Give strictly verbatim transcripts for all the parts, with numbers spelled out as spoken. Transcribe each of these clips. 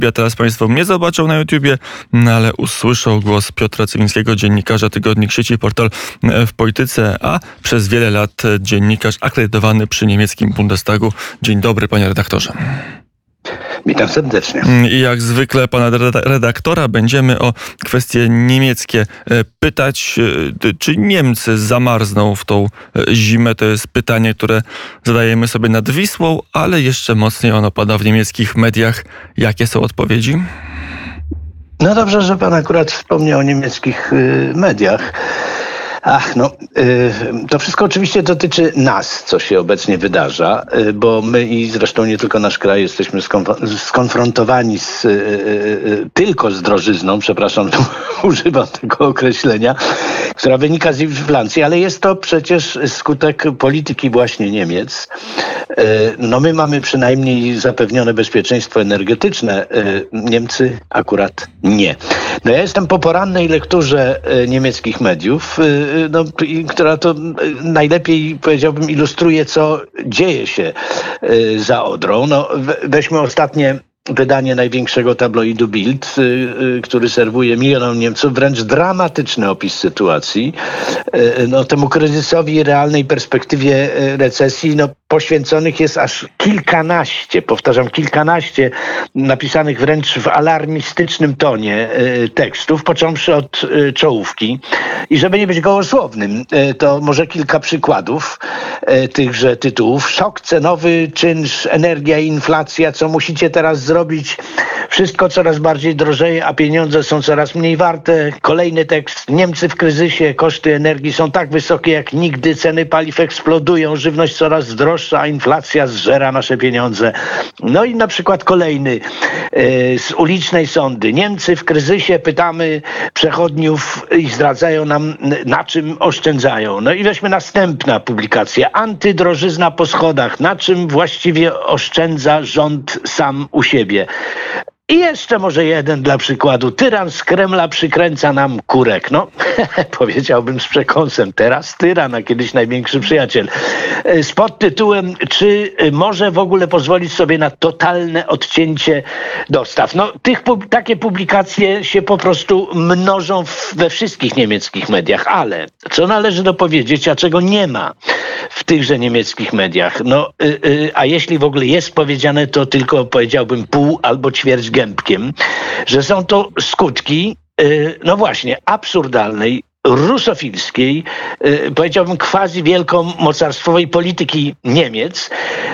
Ja teraz Państwo mnie zobaczą na YouTubie, no ale usłyszą głos Piotra Cywińskiego, dziennikarza Tygodnik Sieci, portal w Polityce, a przez wiele lat dziennikarz akredytowany przy niemieckim Bundestagu. Dzień dobry, panie redaktorze. Witam serdecznie. I jak zwykle pana redaktora będziemy o kwestie niemieckie pytać. Czy Niemcy zamarzną w tą zimę? To jest pytanie, które zadajemy sobie nad Wisłą, ale jeszcze mocniej ono pada w niemieckich mediach. Jakie są odpowiedzi? No dobrze, że pan akurat wspomniał o niemieckich y, mediach. Ach, no, y, to wszystko oczywiście dotyczy nas, co się obecnie wydarza, y, bo my i zresztą nie tylko nasz kraj jesteśmy skonf- skonfrontowani z, y, y, tylko z drożyzną, przepraszam, używam tego określenia, która wynika z inflacji, ale jest to przecież skutek polityki właśnie Niemiec. Y, no my mamy przynajmniej zapewnione bezpieczeństwo energetyczne, y, Niemcy akurat nie. No ja jestem po porannej lekturze y, niemieckich mediów, y, No, która to najlepiej, powiedziałbym, ilustruje, co dzieje się za Odrą. No, weźmy ostatnie wydanie największego tabloidu Bild, który serwuje milionom Niemców wręcz dramatyczny opis sytuacji. No, temu kryzysowi i realnej perspektywie recesji no, poświęconych jest aż kilkanaście, powtarzam, kilkanaście napisanych wręcz w alarmistycznym tonie tekstów, począwszy od czołówki. I żeby nie być gołosłownym, to może kilka przykładów tychże tytułów. Szok cenowy, czynsz, energia i inflacja, co musicie teraz zrobić? Wszystko coraz bardziej drożeje, a pieniądze są coraz mniej warte. Kolejny tekst. Niemcy w kryzysie, koszty energii są tak wysokie jak nigdy, ceny paliw eksplodują, żywność coraz droższa, a inflacja zżera nasze pieniądze. No i na przykład kolejny yy, z ulicznej sondy. Niemcy w kryzysie, pytamy przechodniów i zdradzają nam, na czym oszczędzają. No i weźmy następna publikacja. Antydrożyzna po schodach. Na czym właściwie oszczędza rząd sam u siebie? I jeszcze może jeden dla przykładu. Tyran z Kremla przykręca nam kurek. No, powiedziałbym z przekąsem. Teraz tyran, a kiedyś największy przyjaciel. Z podtytułem, czy może w ogóle pozwolić sobie na totalne odcięcie dostaw? No, tych, takie publikacje się po prostu mnożą w, we wszystkich niemieckich mediach. Ale co należy dopowiedzieć, a czego nie ma w tychże niemieckich mediach? No, y, y, a jeśli w ogóle jest powiedziane, to tylko powiedziałbym pół albo ćwierć gębkiem, że są to skutki, y, no właśnie, absurdalnej, rusofilskiej, y, powiedziałbym quasi wielkomocarstwowej polityki Niemiec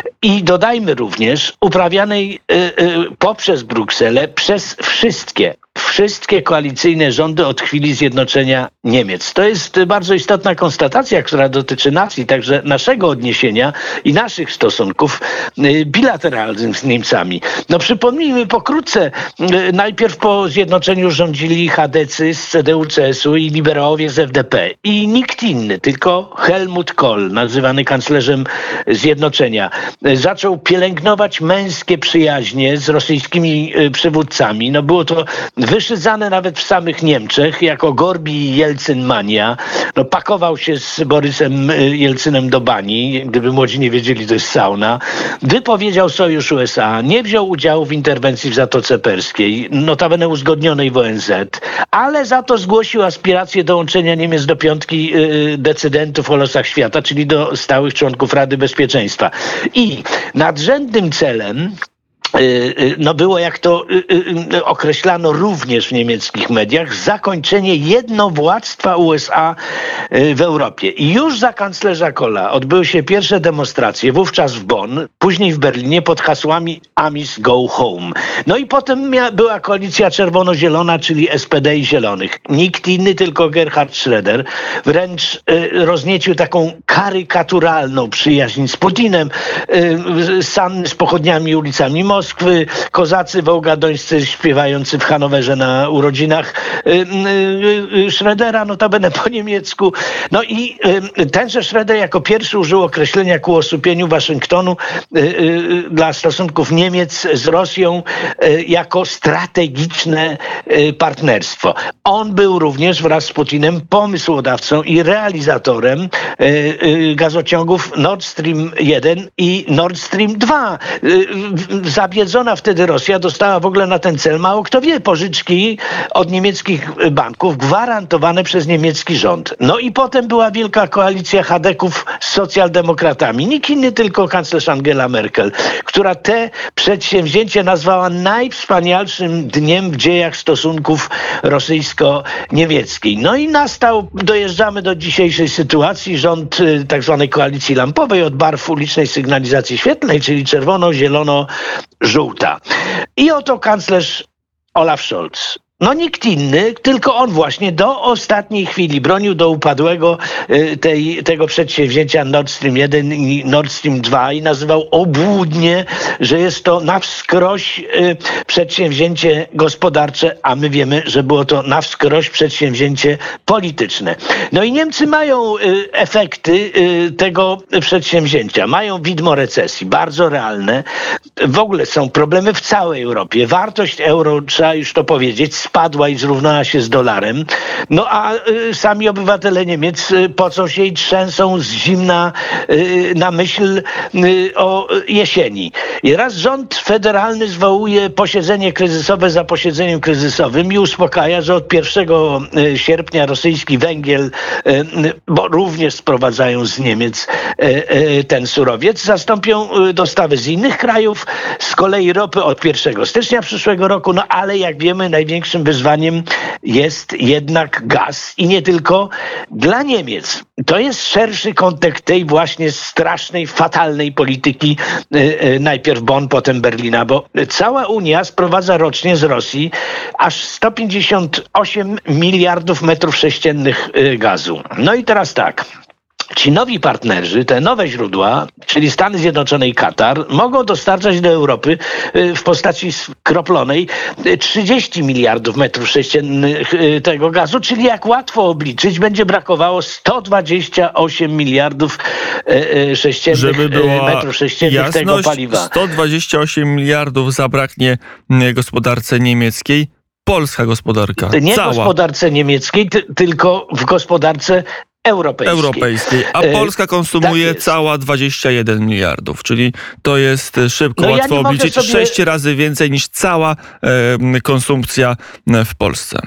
i dodajmy również uprawianej y, y, poprzez Brukselę przez wszystkie Wszystkie koalicyjne rządy od chwili zjednoczenia Niemiec. To jest bardzo istotna konstatacja, która dotyczy nacji, także naszego odniesienia i naszych stosunków bilateralnych z Niemcami. No przypomnijmy pokrótce, najpierw po zjednoczeniu rządzili chadecy z C D U, C S U i liberałowie z F D P. I nikt inny, tylko Helmut Kohl, nazywany kanclerzem zjednoczenia, zaczął pielęgnować męskie przyjaźnie z rosyjskimi przywódcami. No było to wyszydzane nawet w samych Niemczech jako Gorbi i Jelcyn mania. No, pakował się z Borysem Jelcynem do bani. Gdyby młodzi nie wiedzieli, to jest sauna. Wypowiedział sojusz U S A. Nie wziął udziału w interwencji w Zatoce Perskiej, notabene uzgodnionej w O N Z, ale za to zgłosił aspirację dołączenia Niemiec do piątki yy, decydentów o losach świata, czyli do stałych członków Rady Bezpieczeństwa. I nadrzędnym celem no było, jak to określano również w niemieckich mediach, zakończenie jednowładztwa U S A w Europie. I już za kanclerza Kohla odbyły się pierwsze demonstracje, wówczas w Bonn, później w Berlinie pod hasłami Amis Go Home. No i potem mia- była koalicja czerwono-zielona, czyli S P D i Zielonych. Nikt inny, tylko Gerhard Schröder wręcz y, rozniecił taką karykaturalną przyjaźń z Putinem, y, sanny z pochodniami ulicami Moskwy, kozacy wołgadońscy śpiewający w Hanowerze na urodzinach Schrödera, notabene po niemiecku. No i tenże Schröder jako pierwszy użył określenia ku osłupieniu Waszyngtonu dla stosunków Niemiec z Rosją jako strategiczne partnerstwo. On był również wraz z Putinem pomysłodawcą i realizatorem gazociągów Nord Stream jeden i Nord Stream dwa. Za nabiedzona wtedy Rosja dostała w ogóle na ten cel, mało kto wie, pożyczki od niemieckich banków gwarantowane przez niemiecki rząd. No i potem była wielka koalicja chadeków z socjaldemokratami. Nikt inny, tylko kanclerz Angela Merkel, która te przedsięwzięcie nazwała najwspanialszym dniem w dziejach stosunków rosyjsko-niemieckich. No i nastał, dojeżdżamy do dzisiejszej sytuacji, rząd y, tak zwanej koalicji lampowej od barw ulicznej sygnalizacji świetlnej, czyli czerwono, zielono, żółta. I oto kanclerz Olaf Scholz. No nikt inny, tylko on właśnie do ostatniej chwili bronił do upadłego y, tej, tego przedsięwzięcia Nord Stream jeden i Nord Stream dwa i nazywał obłudnie, że jest to na wskroś y, przedsięwzięcie gospodarcze, a my wiemy, że było to na wskroś przedsięwzięcie polityczne. No i Niemcy mają y, efekty y, tego przedsięwzięcia. Mają widmo recesji, bardzo realne. W ogóle są problemy w całej Europie. Wartość euro, trzeba już to powiedzieć, spadła i zrównała się z dolarem. No a y, sami obywatele Niemiec y, pocą się i trzęsą z zimna y, na myśl y, o jesieni. I raz rząd federalny zwołuje posiedzenie kryzysowe za posiedzeniem kryzysowym i uspokaja, że od pierwszego sierpnia rosyjski węgiel, y, bo również sprowadzają z Niemiec y, y, ten surowiec, zastąpią y, dostawy z innych krajów, z kolei ropy od pierwszego stycznia przyszłego roku, no ale jak wiemy, największym wyzwaniem jest jednak gaz i nie tylko dla Niemiec. To jest szerszy kontekst tej właśnie strasznej, fatalnej polityki y, y, najpierw Bonn, potem Berlina, bo cała Unia sprowadza rocznie z Rosji aż sto pięćdziesiąt osiem miliardów metrów sześciennych y, gazu. No i teraz tak. Ci nowi partnerzy, te nowe źródła, czyli Stany Zjednoczone i Katar, mogą dostarczać do Europy w postaci skroplonej trzydzieści miliardów metrów sześciennych tego gazu, czyli jak łatwo obliczyć, będzie brakowało sto dwadzieścia osiem miliardów sześciennych Żeby była metrów sześciennych jasność, tego paliwa. sto dwadzieścia osiem miliardów zabraknie gospodarce niemieckiej. Polska gospodarka. Nie cała. gospodarce niemieckiej, ty, tylko w gospodarce Europejskiej. Europejskiej. A Polska konsumuje tak cała dwadzieścia jeden miliardów, czyli to jest szybko, no łatwo ja obliczyć, sobie... sześć razy więcej niż cała e, konsumpcja w Polsce.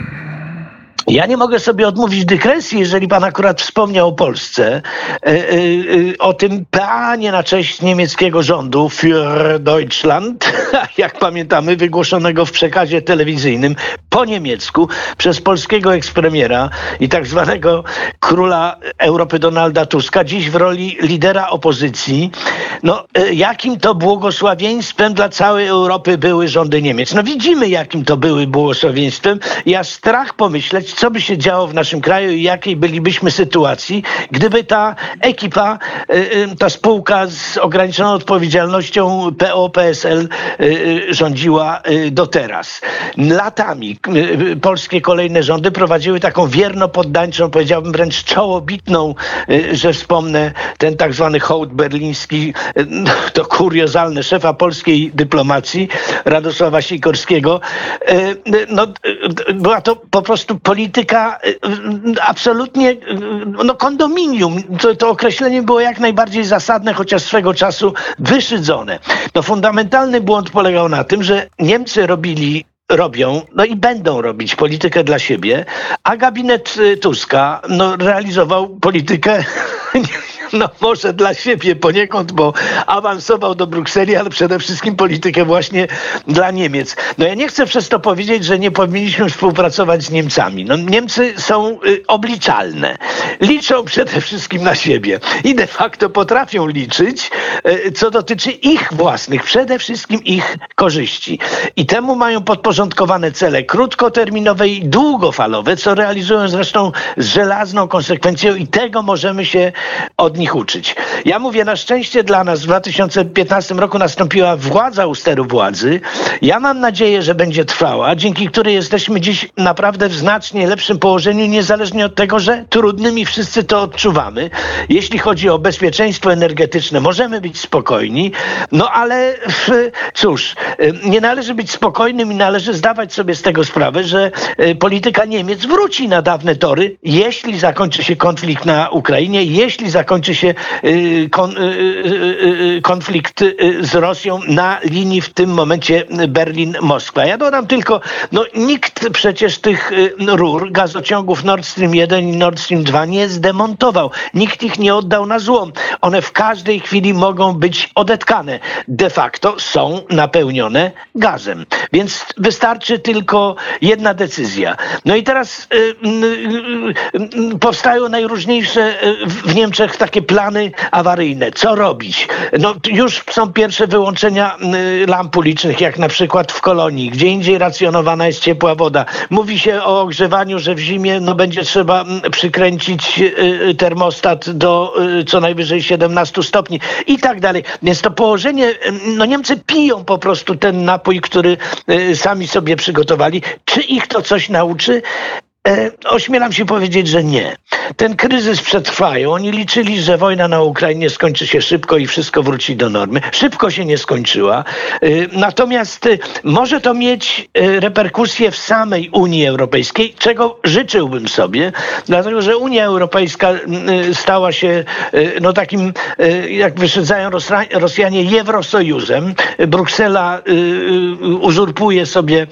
Ja nie mogę sobie odmówić dygresji, jeżeli pan akurat wspomniał o Polsce, yy, yy, o tym planie na cześć niemieckiego rządu für Deutschland, jak pamiętamy, wygłoszonego w przekazie telewizyjnym po niemiecku przez polskiego ekspremiera i tak zwanego króla Europy Donalda Tuska, dziś w roli lidera opozycji. No, yy, jakim to błogosławieństwem dla całej Europy były rządy Niemiec. No widzimy, jakim to były błogosławieństwem. Ja strach pomyśleć, co by się działo w naszym kraju i jakiej bylibyśmy sytuacji, gdyby ta ekipa, ta spółka z ograniczoną odpowiedzialnością P O P S L rządziła do teraz. Latami polskie kolejne rządy prowadziły taką wierno poddańczą, powiedziałbym wręcz czołobitną, że wspomnę ten tak zwany hołd berliński, to kuriozalne, szefa polskiej dyplomacji Radosława Sikorskiego. No, była to po prostu polityka absolutnie, no kondominium. To, to określenie było jak najbardziej zasadne, chociaż swego czasu wyszydzone. No fundamentalny błąd polegał na tym, że Niemcy robili robią, no i będą robić politykę dla siebie, a gabinet Tuska no, realizował politykę no może dla siebie poniekąd, bo awansował do Brukseli, ale przede wszystkim politykę właśnie dla Niemiec. No ja nie chcę przez to powiedzieć, że nie powinniśmy współpracować z Niemcami. No Niemcy są y, obliczalne. Liczą przede wszystkim na siebie i de facto potrafią liczyć, y, co dotyczy ich własnych, przede wszystkim ich korzyści. I temu mają podporządkowane cele krótkoterminowe i długofalowe, co realizują zresztą z żelazną konsekwencją i tego możemy się od nich uczyć. Ja mówię, na szczęście dla nas w dwa tysiące piętnastym roku nastąpiła władza u steru władzy. Ja mam nadzieję, że będzie trwała, dzięki której jesteśmy dziś naprawdę w znacznie lepszym położeniu, niezależnie od tego, że trudnymi wszyscy to odczuwamy. Jeśli chodzi o bezpieczeństwo energetyczne, możemy być spokojni, no ale cóż, nie należy być spokojnym i należy zdawać sobie z tego sprawę, że polityka Niemiec wróci na dawne tory, jeśli zakończy się konflikt na Ukrainie, jeśli zakończy skończy się kon, konflikt z Rosją na linii w tym momencie Berlin-Moskwa. Ja dodam tylko, no nikt przecież tych rur, gazociągów Nord Stream jeden i Nord Stream dwa nie zdemontował. Nikt ich nie oddał na złom. One w każdej chwili mogą być odetkane. De facto są napełnione gazem. Więc wystarczy tylko jedna decyzja. No i teraz y, y, y, powstają najróżniejsze w Niemczech takie plany awaryjne. Co robić? No już są pierwsze wyłączenia y, lamp ulicznych, jak na przykład w Kolonii. Gdzie indziej racjonowana jest ciepła woda. Mówi się o ogrzewaniu, że w zimie no, będzie trzeba przykręcić y, termostat do y, co najwyżej siedemnastu stopni i tak dalej. Więc to położenie, no Niemcy piją po prostu ten napój, który y, sami sobie przygotowali. Czy ich to coś nauczy? E, ośmielam się powiedzieć, że nie. Ten kryzys przetrwają. Oni liczyli, że wojna na Ukrainie skończy się szybko i wszystko wróci do normy. Szybko się nie skończyła. E, natomiast e, może to mieć e, reperkusje w samej Unii Europejskiej, czego życzyłbym sobie, dlatego że Unia Europejska e, stała się e, no takim, e, jak wyszedzają Rosra- Rosjanie, Eurosojuzem. Bruksela e, e, uzurpuje sobie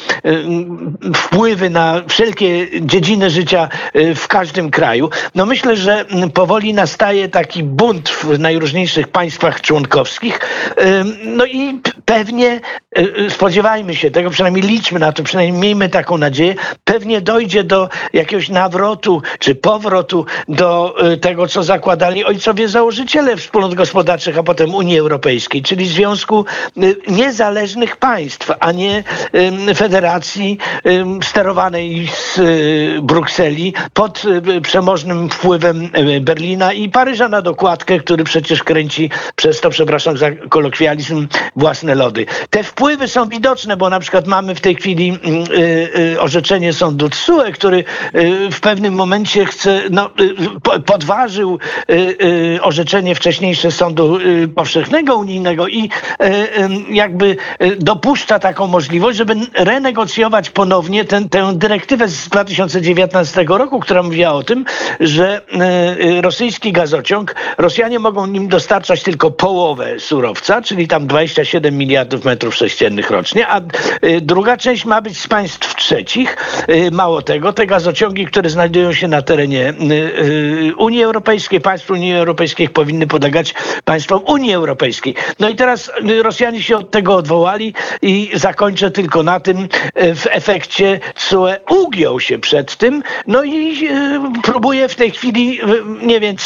e, wpływy na wszelkie dziedziny życia w każdym kraju. No myślę, że powoli nastaje taki bunt w najróżniejszych państwach członkowskich. No i pewnie spodziewajmy się tego, przynajmniej liczmy na to, przynajmniej miejmy taką nadzieję, pewnie dojdzie do jakiegoś nawrotu czy powrotu do tego, co zakładali ojcowie założyciele wspólnot gospodarczych, a potem Unii Europejskiej, czyli Związku Niezależnych Państw, a nie federacji sterowanej z Brukseli pod przemożnym wpływem Berlina i Paryża na dokładkę, który przecież kręci przez to, przepraszam za kolokwializm, własne lody. Te wpływy są widoczne, bo na przykład mamy w tej chwili orzeczenie sądu T S U E, który w pewnym momencie chce, no, podważył orzeczenie wcześniejsze Sądu Powszechnego Unijnego i jakby dopuszcza taką możliwość, żeby renegocjować ponownie ten, tę dyrektywę z dwa tysiące dziewiętnastego roku, która mówiła o tym, że rosyjski gazociąg, Rosjanie mogą nim dostarczać tylko połowę surowca, czyli tam dwadzieścia siedem miliardów metrów sześciennych rocznie, a druga część ma być z państw trzecich. Mało tego, te gazociągi, które znajdują się na terenie Unii Europejskiej, państw Unii Europejskiej powinny podlegać państwom Unii Europejskiej. No i teraz Rosjanie się od tego odwołali i zakończę tylko na tym, w efekcie T S U E ugiął się przed tym, no i e, próbuje w tej chwili, nie wiem,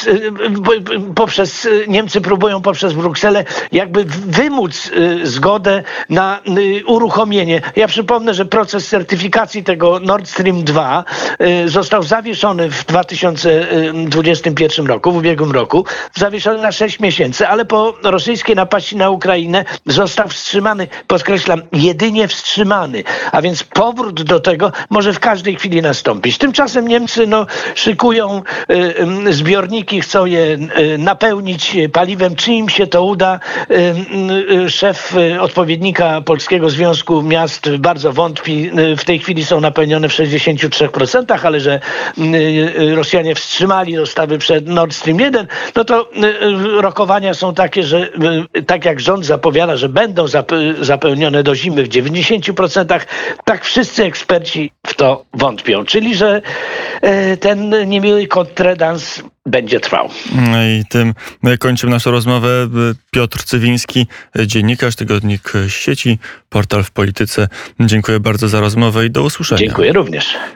e, poprzez, Niemcy próbują poprzez Brukselę jakby wymóc e, zgodę na e, uruchomienie. Ja przypomnę, że proces certyfikacji tego Nord Stream dwa e, został zawieszony w dwa tysiące dwudziestym pierwszym roku, w ubiegłym roku, zawieszony na sześć miesięcy, ale po rosyjskiej napaści na Ukrainę został wstrzymany, podkreślam, jedynie wstrzymany, a więc powrót do tego może w każdej chwili nastąpić. Tymczasem Niemcy no, szykują y, y, zbiorniki, chcą je y, napełnić paliwem. Czy im się to uda? Y, y, szef y, odpowiednika Polskiego Związku Miast bardzo wątpi. Y, w tej chwili są napełnione w sześćdziesięciu trzech procentach, ale że y, y, Rosjanie wstrzymali dostawy przed Nord Stream jeden, no to y, y, rokowania są takie, że y, tak jak rząd zapowiada, że będą zap- zapełnione do zimy w dziewięćdziesięciu procentach, tak wszyscy eksperci w to wątpią. Czyli, że e, ten niemiły kontredans będzie trwał. No i tym kończymy naszą rozmowę. Piotr Cywiński, dziennikarz, tygodnik Sieci, portal w Polityce. Dziękuję bardzo za rozmowę i do usłyszenia. Dziękuję również.